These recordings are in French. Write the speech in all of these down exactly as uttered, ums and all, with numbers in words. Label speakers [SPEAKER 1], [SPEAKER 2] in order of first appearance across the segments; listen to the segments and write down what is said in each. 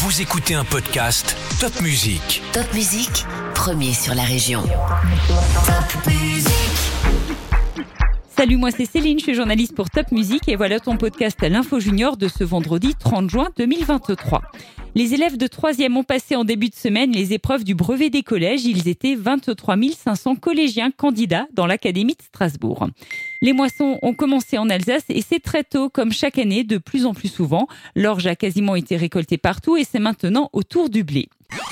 [SPEAKER 1] Vous écoutez un podcast Top Music.
[SPEAKER 2] Top Music, premier sur la région. Top Music.
[SPEAKER 3] Salut, moi c'est Céline, je suis journaliste pour Top Music et voilà ton podcast L'Info Junior de ce vendredi trente juin deux mille vingt-trois. Les élèves de troisième ont passé en début de semaine les épreuves du brevet des collèges. Ils étaient vingt-trois mille cinq cents collégiens candidats dans l'Académie de Strasbourg. Les moissons ont commencé en Alsace et c'est très tôt, comme chaque année, de plus en plus souvent. L'orge a quasiment été récoltée partout et c'est maintenant au tour du blé.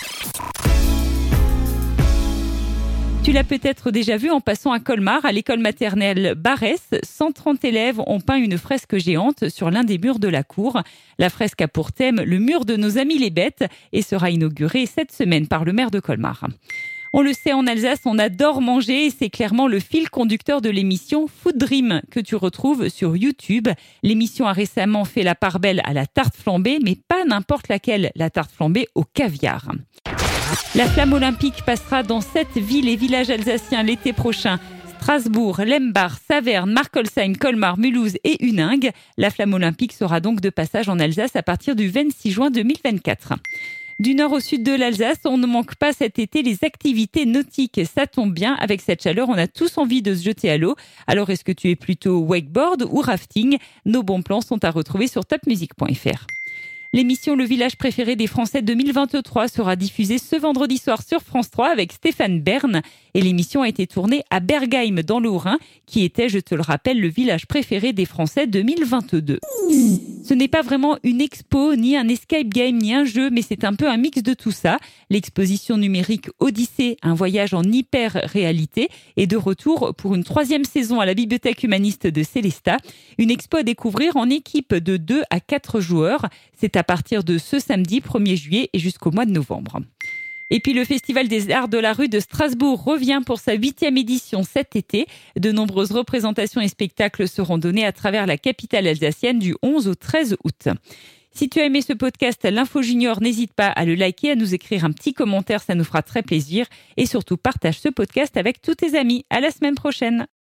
[SPEAKER 3] Tu l'as peut-être déjà vu en passant à Colmar, à l'école maternelle Barès. cent trente élèves ont peint une fresque géante sur l'un des murs de la cour. La fresque a pour thème « Le mur de nos amis les bêtes » et sera inaugurée cette semaine par le maire de Colmar. On le sait, en Alsace, on adore manger et c'est clairement le fil conducteur de l'émission Food Dream que tu retrouves sur YouTube. L'émission a récemment fait la part belle à la tarte flambée, mais pas n'importe laquelle, la tarte flambée au caviar. La flamme olympique passera dans sept villes et villages alsaciens l'été prochain. Strasbourg, Lemberg, Saverne, Markolsheim, Colmar, Mulhouse et Huningue. La flamme olympique sera donc de passage en Alsace à partir du vingt-six juin deux mille vingt-quatre. Du nord au sud de l'Alsace, on ne manque pas cet été les activités nautiques. Ça tombe bien, avec cette chaleur, on a tous envie de se jeter à l'eau. Alors est-ce que tu es plutôt wakeboard ou rafting ? Nos bons plans sont à retrouver sur top music point f r. L'émission Le village préféré des Français deux mille vingt-trois sera diffusée ce vendredi soir sur France trois avec Stéphane Bern. Et l'émission a été tournée à Bergheim dans le Haut-Rhin, qui était, je te le rappelle, le village préféré des Français deux mille vingt-deux. Ce n'est pas vraiment une expo, ni un escape game, ni un jeu, mais c'est un peu un mix de tout ça. L'exposition numérique Odyssée, un voyage en hyper-réalité, est de retour pour une troisième saison à la Bibliothèque humaniste de Célestat. Une expo à découvrir en équipe de deux à quatre joueurs. C'est à partir de ce samedi premier juillet et jusqu'au mois de novembre. Et puis le Festival des Arts de la Rue de Strasbourg revient pour sa huitième édition cet été. De nombreuses représentations et spectacles seront donnés à travers la capitale alsacienne du onze au treize août. Si tu as aimé ce podcast L'Info Junior, n'hésite pas à le liker, à nous écrire un petit commentaire, ça nous fera très plaisir. Et surtout, partage ce podcast avec tous tes amis. À la semaine prochaine.